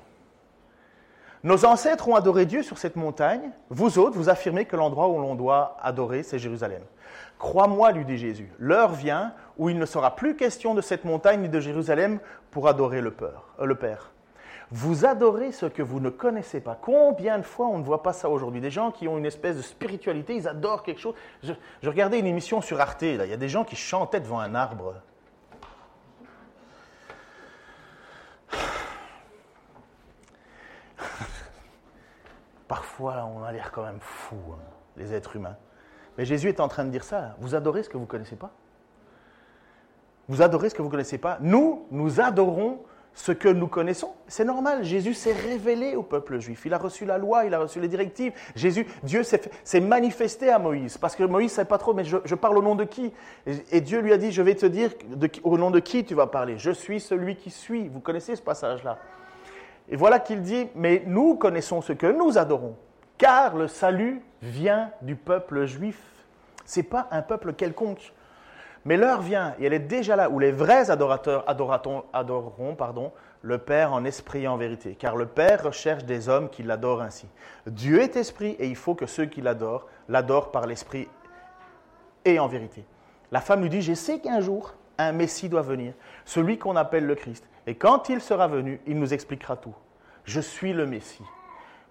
Nos ancêtres ont adoré Dieu sur cette montagne. Vous autres, vous affirmez que l'endroit où l'on doit adorer, c'est Jérusalem. Crois-moi, lui dit Jésus, l'heure vient où il ne sera plus question de cette montagne ni de Jérusalem pour adorer le Père. Vous adorez ce que vous ne connaissez pas. Combien de fois on ne voit pas ça aujourd'hui? Des gens qui ont une espèce de spiritualité, ils adorent quelque chose. Je regardais une émission sur Arte, là. Il y a des gens qui chantaient devant un arbre. Parfois, on a l'air quand même fou, hein, les êtres humains. Mais Jésus est en train de dire ça. Là. Vous adorez ce que vous ne connaissez pas? Vous adorez ce que vous ne connaissez pas? Nous adorons ce que nous connaissons. C'est normal, Jésus s'est révélé au peuple juif. Il a reçu la loi, il a reçu les directives. Dieu s'est manifesté à Moïse, parce que Moïse ne savait pas trop, mais je parle au nom de qui? Et Dieu lui a dit, je vais te dire au nom de qui tu vas parler. Je suis celui qui suis. Vous connaissez ce passage-là. Et voilà qu'il dit, mais nous connaissons ce que nous adorons, car le salut vient du peuple juif. Ce n'est pas un peuple quelconque. Mais l'heure vient, et elle est déjà là, où les vrais adorateurs adoreront le Père en esprit et en vérité. Car le Père recherche des hommes qui l'adorent ainsi. Dieu est esprit, et il faut que ceux qui l'adorent par l'esprit et en vérité. La femme lui dit, je sais qu'un jour, un Messie doit venir, celui qu'on appelle le Christ. Et quand il sera venu, il nous expliquera tout. Je suis le Messie.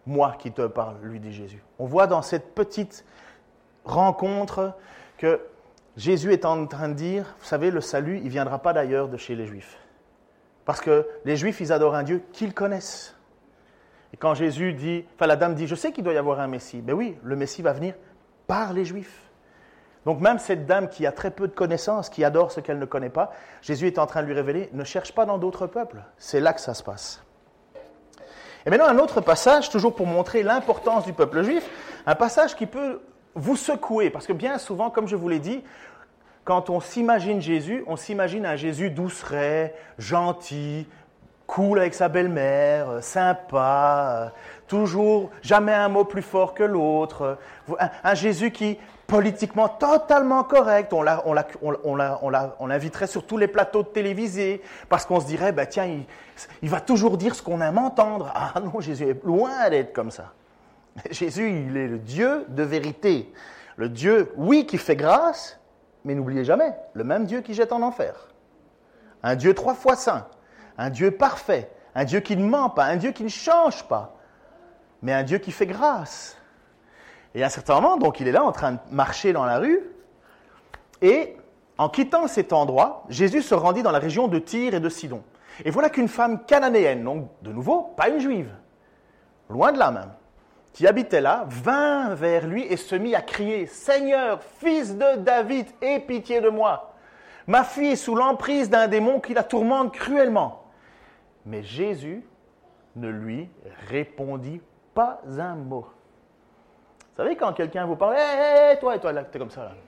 moi qui te parle, lui dit Jésus. On voit dans cette petite rencontre que Jésus est en train de dire, vous savez, le salut, il ne viendra pas d'ailleurs de chez les Juifs. Parce que les Juifs, ils adorent un Dieu qu'ils connaissent. Et quand Jésus dit, la dame dit, je sais qu'il doit y avoir un Messie. Ben oui, le Messie va venir par les Juifs. Donc même cette dame qui a très peu de connaissances, qui adore ce qu'elle ne connaît pas, Jésus est en train de lui révéler, ne cherche pas dans d'autres peuples. C'est là que ça se passe. Et maintenant un autre passage, toujours pour montrer l'importance du peuple juif, un passage qui peut vous secouer, parce que bien souvent, comme je vous l'ai dit, quand on s'imagine Jésus, on s'imagine un Jésus douceret, gentil, cool avec sa belle-mère, sympa, toujours jamais un mot plus fort que l'autre, un Jésus qui politiquement totalement correct, on l'inviterait sur tous les plateaux de télévisés, parce qu'on se dirait, tiens, il va toujours dire ce qu'on aime entendre. Ah non, Jésus est loin d'être comme ça. Jésus, il est le Dieu de vérité. Le Dieu, oui, qui fait grâce, mais n'oubliez jamais, le même Dieu qui jette en enfer. Un Dieu 3 fois saint, un Dieu parfait, un Dieu qui ne ment pas, un Dieu qui ne change pas, mais un Dieu qui fait grâce. Et à un certain moment, donc il est là en train de marcher dans la rue, et en quittant cet endroit, Jésus se rendit dans la région de Tyr et de Sidon. Et voilà qu'une femme cananéenne, donc de nouveau, pas une juive, loin de là même, qui habitait là, vint vers lui et se mit à crier « Seigneur, fils de David, aie pitié de moi. Ma fille est sous l'emprise d'un démon qui la tourmente cruellement. » Mais Jésus ne lui répondit pas un mot. Vous savez, quand quelqu'un vous parle, hey, toi, là, t'es comme ça, là.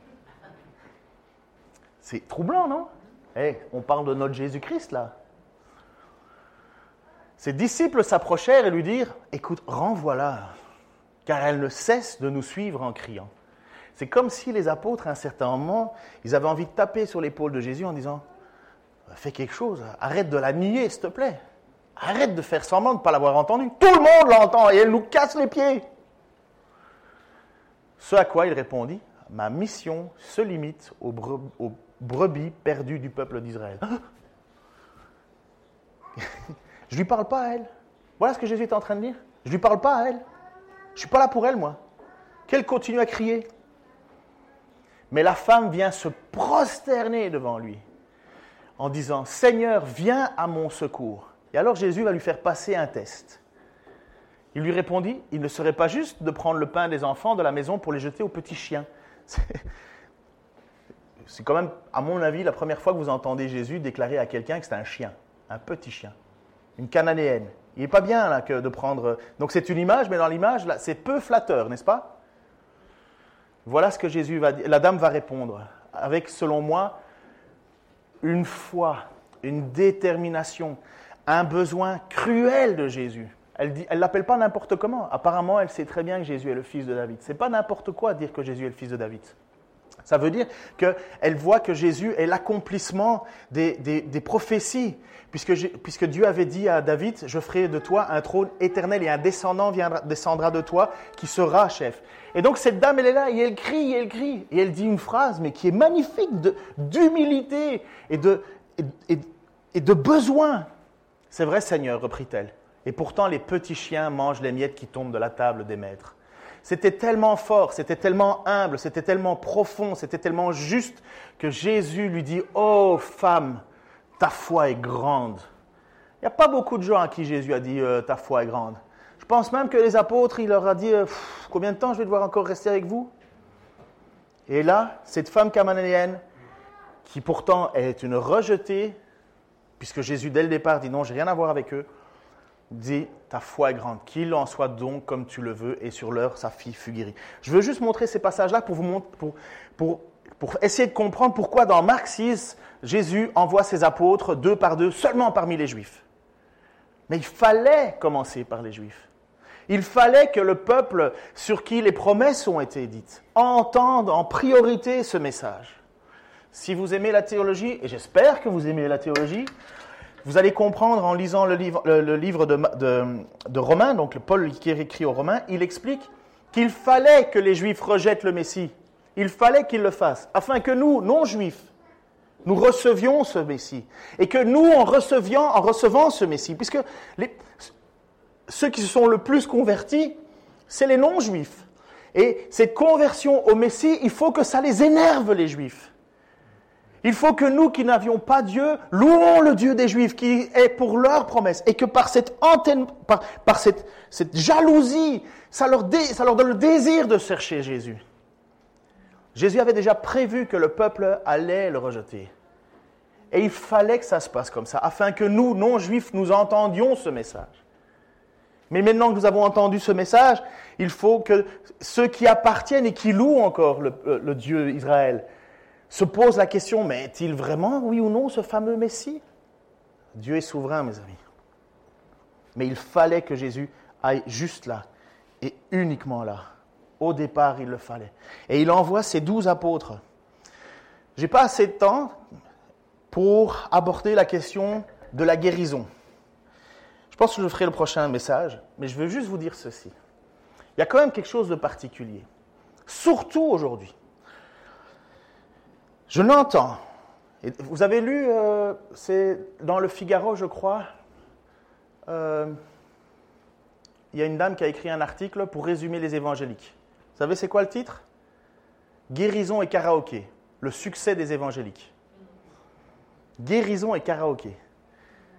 C'est troublant, non? On parle de notre Jésus-Christ, là. Ses disciples s'approchèrent et lui dirent, écoute, renvoie-la, car elle ne cesse de nous suivre en criant. C'est comme si les apôtres, à un certain moment, ils avaient envie de taper sur l'épaule de Jésus en disant, fais quelque chose, arrête de la nier, s'il te plaît. Arrête de faire semblant de ne pas l'avoir entendue. Tout le monde l'entend et elle nous casse les pieds. Ce à quoi il répondit, ma mission se limite aux brebis perdues du peuple d'Israël. Je ne lui parle pas à elle. Voilà ce que Jésus est en train de dire. Je ne lui parle pas à elle. Je ne suis pas là pour elle, moi. Qu'elle continue à crier. Mais la femme vient se prosterner devant lui en disant, Seigneur, viens à mon secours. Et alors Jésus va lui faire passer un test. Il lui répondit, il ne serait pas juste de prendre le pain des enfants de la maison pour les jeter aux petits chiens. C'est quand même, à mon avis, la première fois que vous entendez Jésus déclarer à quelqu'un que c'est un chien, un petit chien, une cananéenne. Il n'est pas bien là de prendre... Donc c'est une image, mais dans l'image, là, c'est peu flatteur, n'est-ce pas? Voilà ce que Jésus va dire. La dame va répondre avec, selon moi, une foi, une détermination, un besoin cruel de Jésus. Elle ne l'appelle pas n'importe comment. Apparemment, elle sait très bien que Jésus est le fils de David. Ce n'est pas n'importe quoi dire que Jésus est le fils de David. Ça veut dire qu'elle voit que Jésus est l'accomplissement des prophéties, puisque Dieu avait dit à David, je ferai de toi un trône éternel et un descendant descendra de toi qui sera chef. Et donc cette dame, elle est là et elle crie, et elle dit une phrase mais qui est magnifique d'humilité et de besoin. C'est vrai, Seigneur, reprit-elle. Et pourtant, les petits chiens mangent les miettes qui tombent de la table des maîtres. C'était tellement fort, c'était tellement humble, c'était tellement profond, c'était tellement juste que Jésus lui dit « Oh femme, ta foi est grande ». Il n'y a pas beaucoup de gens à qui Jésus a dit « Ta foi est grande ». Je pense même que les apôtres, il leur a dit « Combien de temps je vais devoir encore rester avec vous ?» Et là, cette femme cananéenne, qui pourtant est une rejetée, puisque Jésus dès le départ dit « Non, je n'ai rien à voir avec eux », dit, ta foi est grande, qu'il en soit donc comme tu le veux, et sur l'heure, sa fille fut guérie. Je veux juste montrer ces passages-là pour essayer de comprendre pourquoi dans Marc 6, Jésus envoie ses apôtres 2 par 2 seulement parmi les Juifs. Mais il fallait commencer par les Juifs. Il fallait que le peuple sur qui les promesses ont été dites entende en priorité ce message. Si vous aimez la théologie, et j'espère que vous aimez la théologie, vous allez comprendre en lisant le livre de Romains, donc Paul qui écrit aux Romains, il explique qu'il fallait que les Juifs rejettent le Messie. Il fallait qu'ils le fassent, afin que nous, non-Juifs, nous recevions ce Messie. Et que nous, en recevant ce Messie, puisque ceux qui se sont le plus convertis, c'est les non-juifs. Et cette conversion au Messie, il faut que ça les énerve, les Juifs. Il faut que nous, qui n'avions pas Dieu, louons le Dieu des Juifs, qui est pour leur promesse. Et que par cette cette jalousie, ça leur donne le désir de chercher Jésus. Jésus avait déjà prévu que le peuple allait le rejeter. Et il fallait que ça se passe comme ça, afin que nous, non-juifs, nous entendions ce message. Mais maintenant que nous avons entendu ce message, il faut que ceux qui appartiennent et qui louent encore le Dieu Israël se posent la question, mais est-il vraiment, oui ou non, ce fameux Messie ? Dieu est souverain, mes amis. Mais il fallait que Jésus aille juste là, et uniquement là. Au départ, il le fallait. Et il envoie ses 12 apôtres. Je n'ai pas assez de temps pour aborder la question de la guérison. Je pense que je ferai le prochain message, mais je veux juste vous dire ceci. Il y a quand même quelque chose de particulier, surtout aujourd'hui. Je l'entends. Et vous avez lu, c'est dans le Figaro, je crois, il y a une dame qui a écrit un article pour résumer les évangéliques. Vous savez c'est quoi le titre ? Guérison et karaoké, le succès des évangéliques. Guérison et karaoké. Pourquoi ?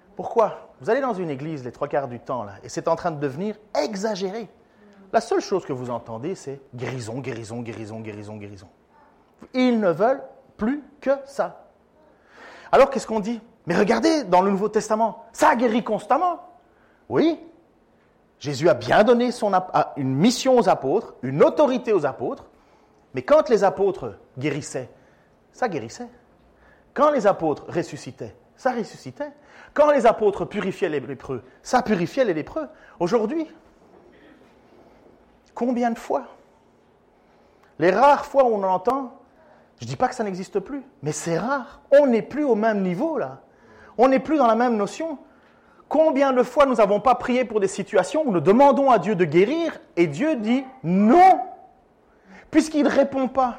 Vous allez dans une église les 3/4 du temps, là, et c'est en train de devenir exagéré. La seule chose que vous entendez, c'est guérison, guérison, guérison, guérison, guérison. Ils ne veulent plus que ça. Alors, qu'est-ce qu'on dit ? Mais regardez, dans le Nouveau Testament, ça guérit constamment. Oui, Jésus a bien donné une mission aux apôtres, une autorité aux apôtres, mais quand les apôtres guérissaient, ça guérissait. Quand les apôtres ressuscitaient, ça ressuscitait. Quand les apôtres purifiaient les lépreux, ça purifiait les lépreux. Aujourd'hui, combien de fois ? Les rares fois où on entend, je ne dis pas que ça n'existe plus, mais c'est rare. On n'est plus au même niveau là. On n'est plus dans la même notion. Combien de fois nous n'avons pas prié pour des situations où nous demandons à Dieu de guérir et Dieu dit non, puisqu'il ne répond pas.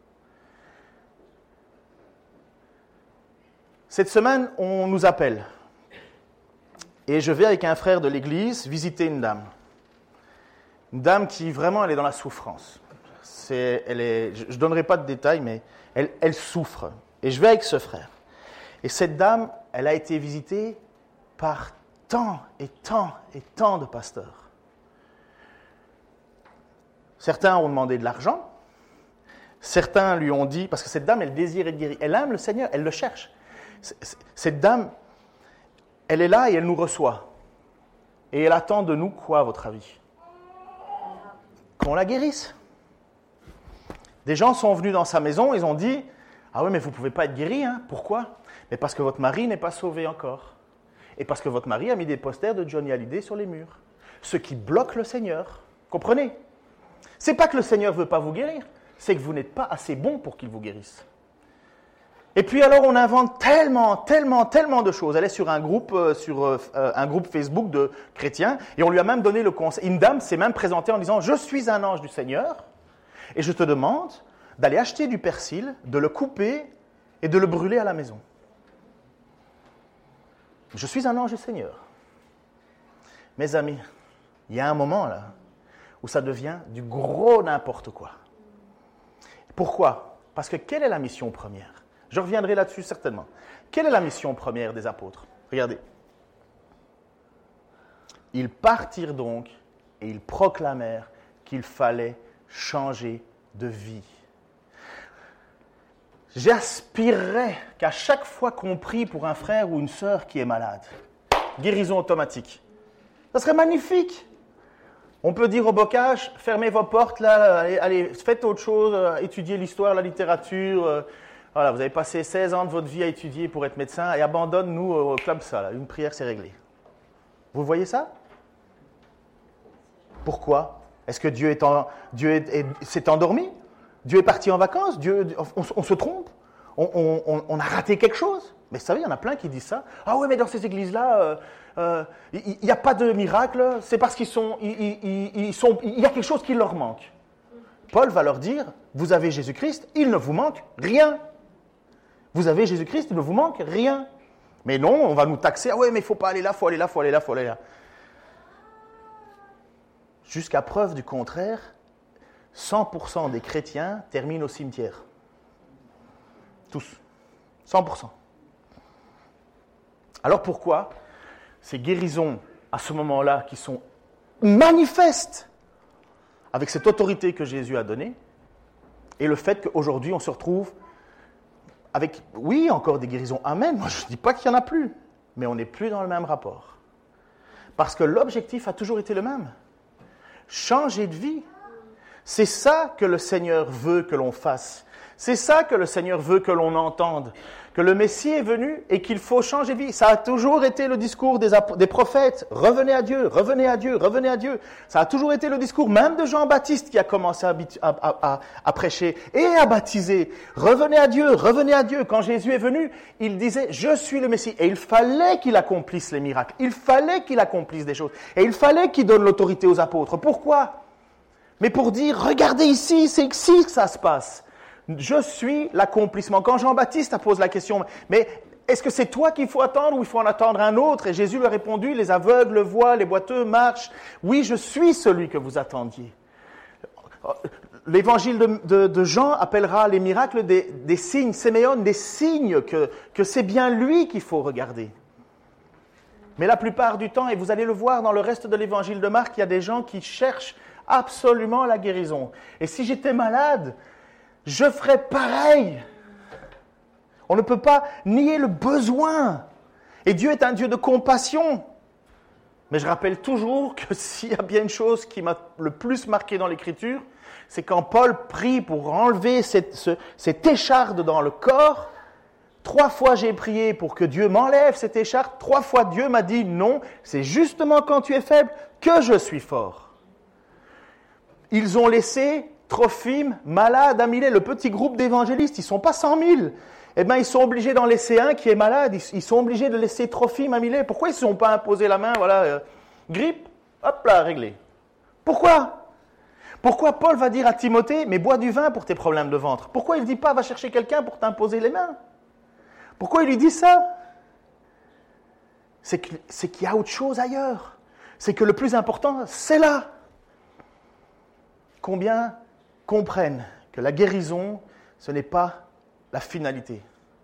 Cette semaine, on nous appelle. Et je vais avec un frère de l'église visiter une dame. Une dame qui vraiment, elle est dans la souffrance. Je ne donnerai pas de détails, mais elle souffre. Et je vais avec ce frère. Et cette dame, elle a été visitée par tant et tant et tant de pasteurs. Certains ont demandé de l'argent. Certains lui ont dit, parce que cette dame, elle désire être guérie. Elle aime le Seigneur, elle le cherche. Cette dame, elle est là et elle nous reçoit. Et elle attend de nous quoi, à votre avis ? Qu'on la guérisse. Des gens sont venus dans sa maison, ils ont dit « Ah oui, mais vous ne pouvez pas être guéri, hein ? Pourquoi ? Mais parce que votre mari n'est pas sauvé encore. Et parce que votre mari a mis des posters de Johnny Hallyday sur les murs. Ce qui bloque le Seigneur. Comprenez ? C'est pas que le Seigneur ne veut pas vous guérir, c'est que vous n'êtes pas assez bon pour qu'il vous guérisse. Et puis alors on invente tellement de choses. Elle est sur un groupe Facebook de chrétiens et on lui a même donné le conseil. Une dame s'est même présentée en disant « Je suis un ange du Seigneur et je te demande d'aller acheter du persil, de le couper et de le brûler à la maison. Je suis un ange du Seigneur. » Mes amis, il y a un moment là où ça devient du gros n'importe quoi. Pourquoi ? Parce que quelle est la mission première ? Je reviendrai là-dessus certainement. Quelle est la mission première des apôtres ? Regardez. Ils partirent donc et ils proclamèrent qu'il fallait changer de vie. J'aspirerais qu'à chaque fois qu'on prie pour un frère ou une sœur qui est malade, guérison automatique. Ça serait magnifique. On peut dire au bocage, fermez vos portes, là, allez, faites autre chose, étudiez l'histoire, la littérature. Voilà, vous avez passé 16 ans de votre vie à étudier pour être médecin et abandonne-nous comme ça. Là. Une prière, c'est réglé. Vous voyez ça ? Pourquoi ? Est-ce que Dieu s'est endormi ? Dieu est parti en vacances ? On se trompe ? On a raté quelque chose ? Mais vous savez, il y en a plein qui disent ça. Ah oui, mais dans ces églises-là, il n'y a pas de miracle. C'est parce il y a quelque chose qui leur manque. Paul va leur dire, vous avez Jésus-Christ, il ne vous manque rien. Vous avez Jésus-Christ, il ne vous manque rien. Mais non, on va nous taxer. Ah ouais, mais il ne faut pas aller là, il faut aller là, il faut aller là, il faut aller là. jusqu'à preuve du contraire, 100% des chrétiens terminent au cimetière. Tous. 100%. Alors pourquoi ces guérisons à ce moment-là qui sont manifestes avec cette autorité que Jésus a donnée et le fait qu'aujourd'hui on se retrouve avec, oui, encore des guérisons, amen, moi je ne dis pas qu'il n'y en a plus, mais on n'est plus dans le même rapport. Parce que l'objectif a toujours été le même. Changer de vie. C'est ça que le Seigneur veut que l'on fasse. C'est ça que le Seigneur veut que l'on entende. Que le Messie est venu et qu'il faut changer de vie. Ça a toujours été le discours des prophètes. Revenez à Dieu, revenez à Dieu, revenez à Dieu. Ça a toujours été le discours même de Jean-Baptiste qui a commencé à prêcher et à baptiser. Revenez à Dieu, revenez à Dieu. Quand Jésus est venu, il disait « Je suis le Messie ». Et il fallait qu'il accomplisse les miracles. Il fallait qu'il accomplisse des choses. Et il fallait qu'il donne l'autorité aux apôtres. Pourquoi ? Mais pour dire « Regardez ici, c'est ici que ça se passe ». Je suis l'accomplissement. Quand Jean-Baptiste pose la question, mais est-ce que c'est toi qu'il faut attendre ou il faut en attendre un autre ? Et Jésus lui a répondu, les aveugles voient, les boiteux marchent. Oui, je suis celui que vous attendiez. L'évangile de Jean appellera les miracles des signes, séméon, des signes que c'est bien lui qu'il faut regarder. Mais la plupart du temps, et vous allez le voir dans le reste de l'évangile de Marc, il y a des gens qui cherchent absolument la guérison. Et si j'étais malade, je ferais pareil. On ne peut pas nier le besoin. Et Dieu est un Dieu de compassion. Mais je rappelle toujours que s'il y a bien une chose qui m'a le plus marqué dans l'Écriture, c'est quand Paul prie pour enlever cette écharde dans le corps. 3 fois j'ai prié pour que Dieu m'enlève cette écharde. 3 fois Dieu m'a dit non, c'est justement quand tu es faible que je suis fort. Ils ont laissé Trophime, malade à Milet, le petit groupe d'évangélistes, ils ne sont pas 100 000. Eh bien, ils sont obligés d'en laisser un qui est malade. Ils sont obligés de laisser Trophime à Milet. Pourquoi ils ne se sont pas imposés la main, voilà, grippe, hop là, réglé. Pourquoi ? Pourquoi Paul va dire à Timothée, mais bois du vin pour tes problèmes de ventre ? Pourquoi il ne dit pas, va chercher quelqu'un pour t'imposer les mains ? Pourquoi il lui dit ça ? C'est qu'il y a autre chose ailleurs. C'est que le plus important, c'est là. Combien comprennent que la guérison, ce n'est pas la finalité.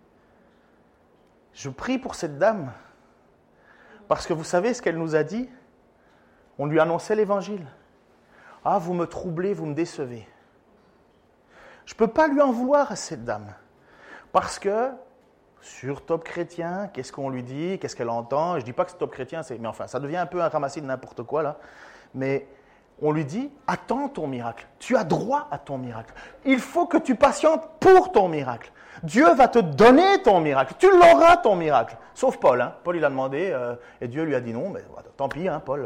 Je prie pour cette dame, parce que vous savez ce qu'elle nous a dit ? On lui annonçait l'évangile. « Ah, vous me troublez, vous me décevez. » Je ne peux pas lui en vouloir à cette dame, parce que, sur Top Chrétien, qu'est-ce qu'on lui dit ? Qu'est-ce qu'elle entend ? Je ne dis pas que c'est Top Chrétien, mais enfin, ça devient un peu un ramassis de n'importe quoi, là. Mais on lui dit, attends ton miracle. Tu as droit à ton miracle. Il faut que tu patientes pour ton miracle. Dieu va te donner ton miracle. Tu l'auras ton miracle. Sauf Paul. Hein. Paul, il a demandé et Dieu lui a dit non. Mais tant pis, hein, Paul.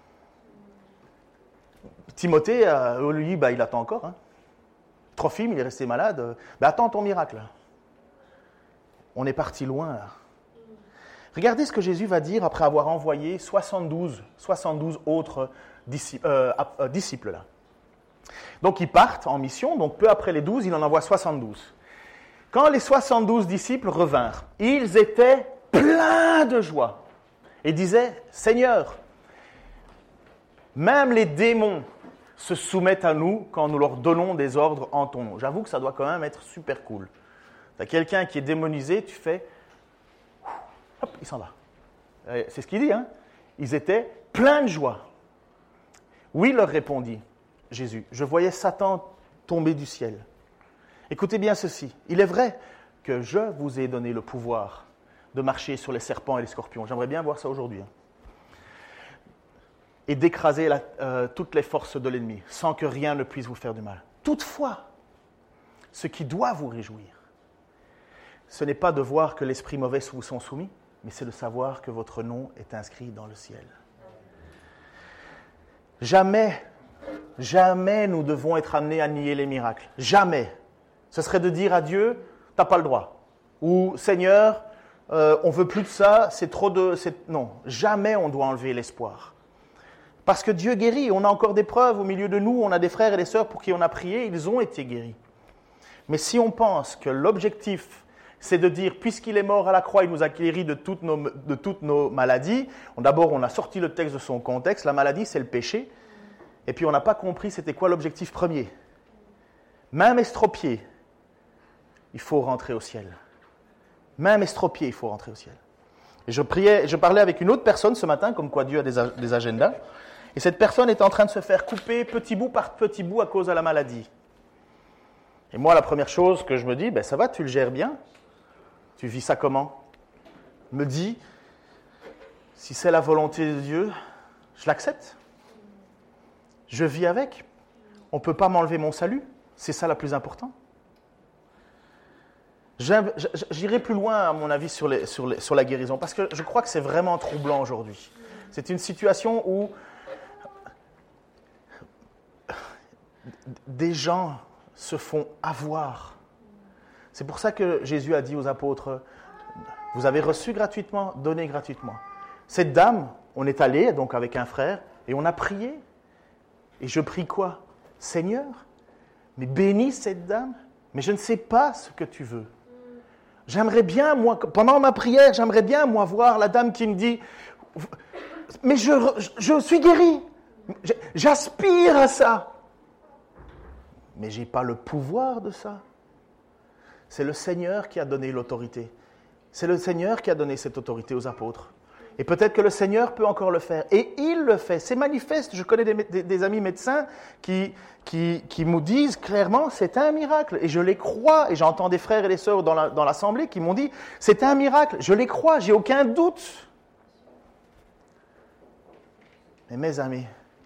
Timothée, lui, il attend encore. Hein. Trophime, il est resté malade. Attends ton miracle. On est parti loin. Là. Regardez ce que Jésus va dire après avoir envoyé 72 autres disciples là. Donc ils partent en mission, donc peu après les 12, il en envoie 72. Quand les 72 disciples revinrent, ils étaient pleins de joie et disaient « Seigneur, même les démons se soumettent à nous quand nous leur donnons des ordres en ton nom. » J'avoue que ça doit quand même être super cool. Tu as quelqu'un qui est démonisé, tu fais « hop, il s'en va. » C'est ce qu'il dit, hein. Ils étaient pleins de joie. Oui, leur répondit Jésus, je voyais Satan tomber du ciel. Écoutez bien ceci, il est vrai que je vous ai donné le pouvoir de marcher sur les serpents et les scorpions. J'aimerais bien voir ça aujourd'hui. Et d'écraser toutes les forces de l'ennemi, sans que rien ne puisse vous faire du mal. Toutefois, ce qui doit vous réjouir, ce n'est pas de voir que l'esprit mauvais vous sont soumis, mais c'est de savoir que votre nom est inscrit dans le ciel. Jamais nous devons être amenés à nier les miracles. Jamais. Ce serait de dire à Dieu, tu n'as pas le droit. Ou Seigneur, on ne veut plus de ça, c'est trop de... Non, jamais on doit enlever l'espoir. Parce que Dieu guérit. On a encore des preuves au milieu de nous. On a des frères et des sœurs pour qui on a prié. Ils ont été guéris. Mais si on pense que l'objectif, c'est de dire, puisqu'il est mort à la croix, il nous a guéris de toutes nos maladies. D'abord, on a sorti le texte de son contexte. La maladie, c'est le péché. Et puis on n'a pas compris c'était quoi l'objectif premier. Même estropié, il faut rentrer au ciel. Même estropié, il faut rentrer au ciel. Et je parlais avec une autre personne ce matin, comme quoi Dieu a des agendas. Et cette personne est en train de se faire couper petit bout par petit bout à cause de la maladie. Et moi, la première chose que je me dis, ça va, tu le gères bien. Tu vis ça comment ? Je me dis, si c'est la volonté de Dieu, je l'accepte. Je vis avec. On ne peut pas m'enlever mon salut. C'est ça le plus important. J'irai plus loin, à mon avis, sur la guérison, parce que je crois que c'est vraiment troublant aujourd'hui. C'est une situation où des gens se font avoir. C'est pour ça que Jésus a dit aux apôtres, « Vous avez reçu gratuitement, donnez gratuitement. » Cette dame, on est allé donc avec un frère, et on a prié. Et je prie quoi ? « Seigneur, mais bénis cette dame, mais je ne sais pas ce que tu veux. » J'aimerais bien, moi, pendant ma prière, j'aimerais bien, moi, voir la dame qui me dit « Mais je suis guéri, j'aspire à ça. » Mais je n'ai pas le pouvoir de ça. C'est le Seigneur qui a donné l'autorité. C'est le Seigneur qui a donné cette autorité aux apôtres. Et peut-être que le Seigneur peut encore le faire. Et il le fait. C'est manifeste. Je connais des amis médecins qui me disent clairement, c'est un miracle. Et je les crois. Et j'entends des frères et des sœurs dans l'assemblée qui m'ont dit, c'est un miracle. Je les crois, j'ai aucun doute. Mais mes amis,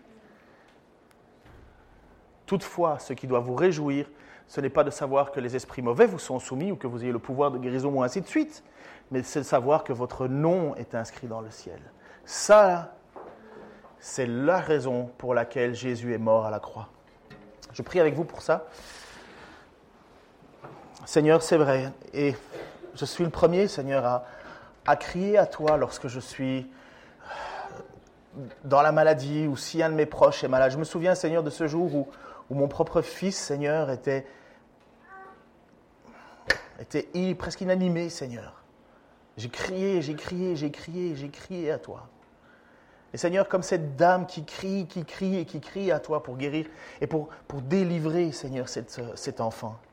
toutefois, ce qui doit vous réjouir, ce n'est pas de savoir que les esprits mauvais vous sont soumis ou que vous ayez le pouvoir de guérison ou ainsi de suite, mais c'est de savoir que votre nom est inscrit dans le ciel. Ça, c'est la raison pour laquelle Jésus est mort à la croix. Je prie avec vous pour ça. Seigneur, c'est vrai, et je suis le premier, Seigneur, à crier à toi lorsque je suis dans la maladie ou si un de mes proches est malade. Je me souviens, Seigneur, de ce jour où mon propre fils, Seigneur, était presque inanimé, Seigneur. J'ai crié à toi. Et Seigneur, comme cette dame qui crie à toi pour guérir et pour délivrer, Seigneur, cet enfant.